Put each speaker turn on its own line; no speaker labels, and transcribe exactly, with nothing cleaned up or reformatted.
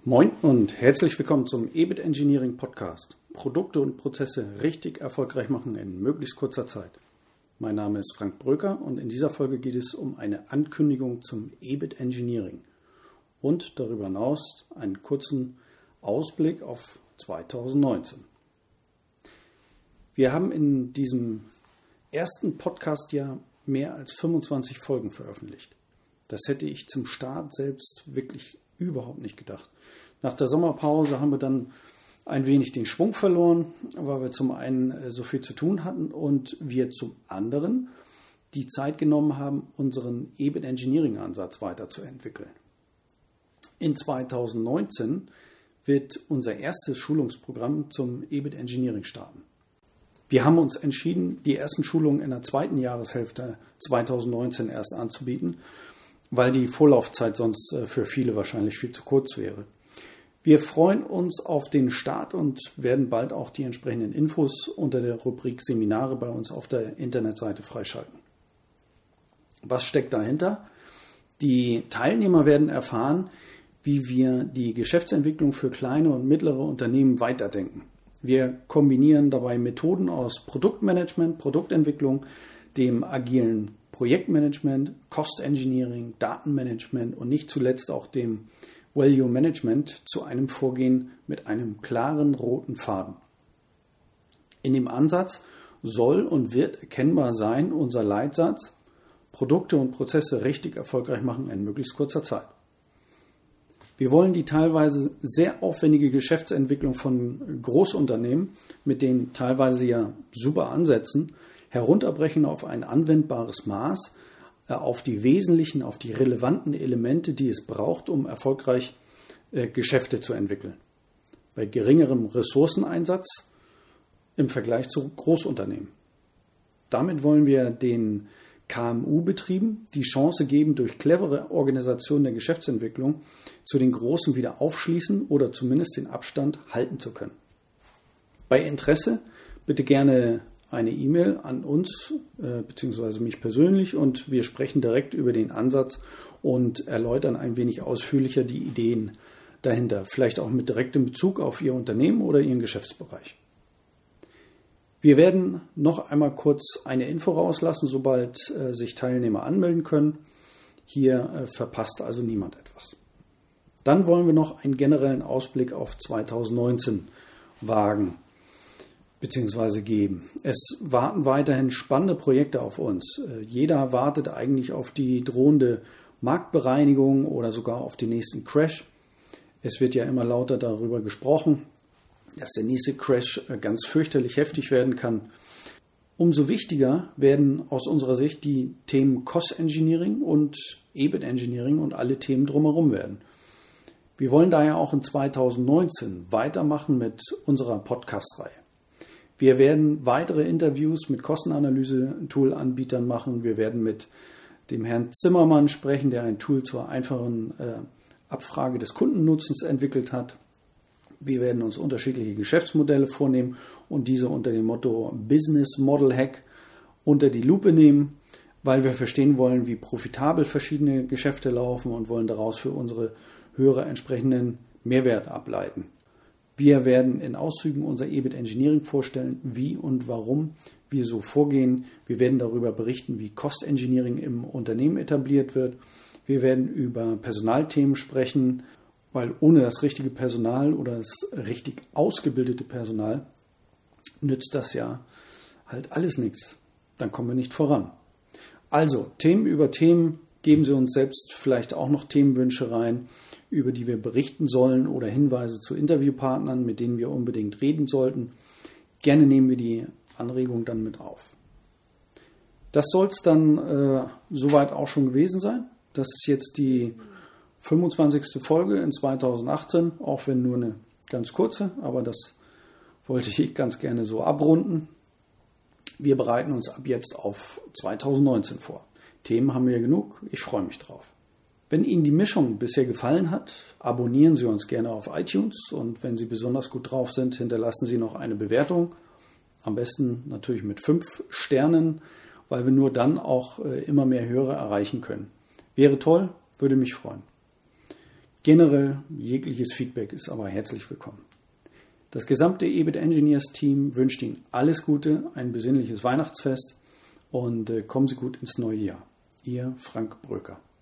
Moin und herzlich willkommen zum E B I T Engineering Podcast. Produkte und Prozesse richtig erfolgreich machen in möglichst kurzer Zeit. Mein Name ist Frank Bröker und in dieser Folge geht es um eine Ankündigung zum E B I T Engineering und darüber hinaus einen kurzen Ausblick auf zweitausendneunzehn. Wir haben in diesem ersten Podcast-Jahr mehr als fünfundzwanzig Folgen veröffentlicht. Das hätte ich zum Start selbst wirklich überhaupt nicht gedacht. Nach der Sommerpause haben wir dann ein wenig den Schwung verloren, weil wir zum einen so viel zu tun hatten und wir zum anderen die Zeit genommen haben, unseren E B I T Engineering Ansatz weiterzuentwickeln. In zweitausendneunzehn wird unser erstes Schulungsprogramm zum E B I T Engineering starten. Wir haben uns entschieden, die ersten Schulungen in der zweiten Jahreshälfte zweitausendneunzehn erst anzubieten, weil die Vorlaufzeit sonst für viele wahrscheinlich viel zu kurz wäre. Wir freuen uns auf den Start und werden bald auch die entsprechenden Infos unter der Rubrik Seminare bei uns auf der Internetseite freischalten. Was steckt dahinter? Die Teilnehmer werden erfahren, wie wir die Geschäftsentwicklung für kleine und mittlere Unternehmen weiterdenken. Wir kombinieren dabei Methoden aus Produktmanagement, Produktentwicklung, dem agilen Projektmanagement, Cost Engineering, Datenmanagement und nicht zuletzt auch dem Value Management zu einem Vorgehen mit einem klaren roten Faden. In dem Ansatz soll und wird erkennbar sein unser Leitsatz: Produkte und Prozesse richtig erfolgreich machen in möglichst kurzer Zeit. Wir wollen die teilweise sehr aufwendige Geschäftsentwicklung von Großunternehmen mit den teilweise ja super Ansätzen herunterbrechen auf ein anwendbares Maß, auf die wesentlichen, auf die relevanten Elemente, die es braucht, um erfolgreich äh, Geschäfte zu entwickeln. Bei geringerem Ressourceneinsatz im Vergleich zu Großunternehmen. Damit wollen wir den K M U-Betrieben die Chance geben, durch clevere Organisation der Geschäftsentwicklung zu den Großen wieder aufschließen oder zumindest den Abstand halten zu können. Bei Interesse bitte gerne eine E-Mail an uns äh, bzw. mich persönlich und wir sprechen direkt über den Ansatz und erläutern ein wenig ausführlicher die Ideen dahinter, vielleicht auch mit direktem Bezug auf Ihr Unternehmen oder Ihren Geschäftsbereich. Wir werden noch einmal kurz eine Info rauslassen, sobald äh, sich Teilnehmer anmelden können. Hier äh, verpasst also niemand etwas. Dann wollen wir noch einen generellen Ausblick auf zweitausendneunzehn wagen bzw. geben. Es warten weiterhin spannende Projekte auf uns. Jeder wartet eigentlich auf die drohende Marktbereinigung oder sogar auf den nächsten Crash. Es wird ja immer lauter darüber gesprochen, dass der nächste Crash ganz fürchterlich heftig werden kann. Umso wichtiger werden aus unserer Sicht die Themen Cost Engineering und E B I T Engineering und alle Themen drumherum werden. Wir wollen daher auch in zweitausendneunzehn weitermachen mit unserer Podcast-Reihe. Wir werden weitere Interviews mit Kostenanalyse-Tool-Anbietern machen. Wir werden mit dem Herrn Zimmermann sprechen, der ein Tool zur einfachen äh, Abfrage des Kundennutzens entwickelt hat. Wir werden uns unterschiedliche Geschäftsmodelle vornehmen und diese unter dem Motto Business Model Hack unter die Lupe nehmen, weil wir verstehen wollen, wie profitabel verschiedene Geschäfte laufen und wollen daraus für unsere Hörer entsprechenden Mehrwert ableiten. Wir werden in Auszügen unser E B I T Engineering vorstellen, wie und warum wir so vorgehen. Wir werden darüber berichten, wie Cost Engineering im Unternehmen etabliert wird. Wir werden über Personalthemen sprechen, weil ohne das richtige Personal oder das richtig ausgebildete Personal nützt das ja halt alles nichts. Dann kommen wir nicht voran. Also Themen über Themen, geben Sie uns selbst vielleicht auch noch Themenwünsche rein, über die wir berichten sollen oder Hinweise zu Interviewpartnern, mit denen wir unbedingt reden sollten. Gerne nehmen wir die Anregung dann mit auf. Das soll es dann äh, soweit auch schon gewesen sein. Das ist jetzt die fünfundzwanzigste Folge in zweitausendachtzehn, auch wenn nur eine ganz kurze, aber das wollte ich ganz gerne so abrunden. Wir bereiten uns ab jetzt auf zweitausendneunzehn vor. Themen haben wir genug, ich freue mich drauf. Wenn Ihnen die Mischung bisher gefallen hat, abonnieren Sie uns gerne auf iTunes und wenn Sie besonders gut drauf sind, hinterlassen Sie noch eine Bewertung. Am besten natürlich mit fünf Sternen, weil wir nur dann auch immer mehr Hörer erreichen können. Wäre toll, würde mich freuen. Generell jegliches Feedback ist aber herzlich willkommen. Das gesamte E B I T Engineers Team wünscht Ihnen alles Gute, ein besinnliches Weihnachtsfest und kommen Sie gut ins neue Jahr. Ihr Frank Bröker.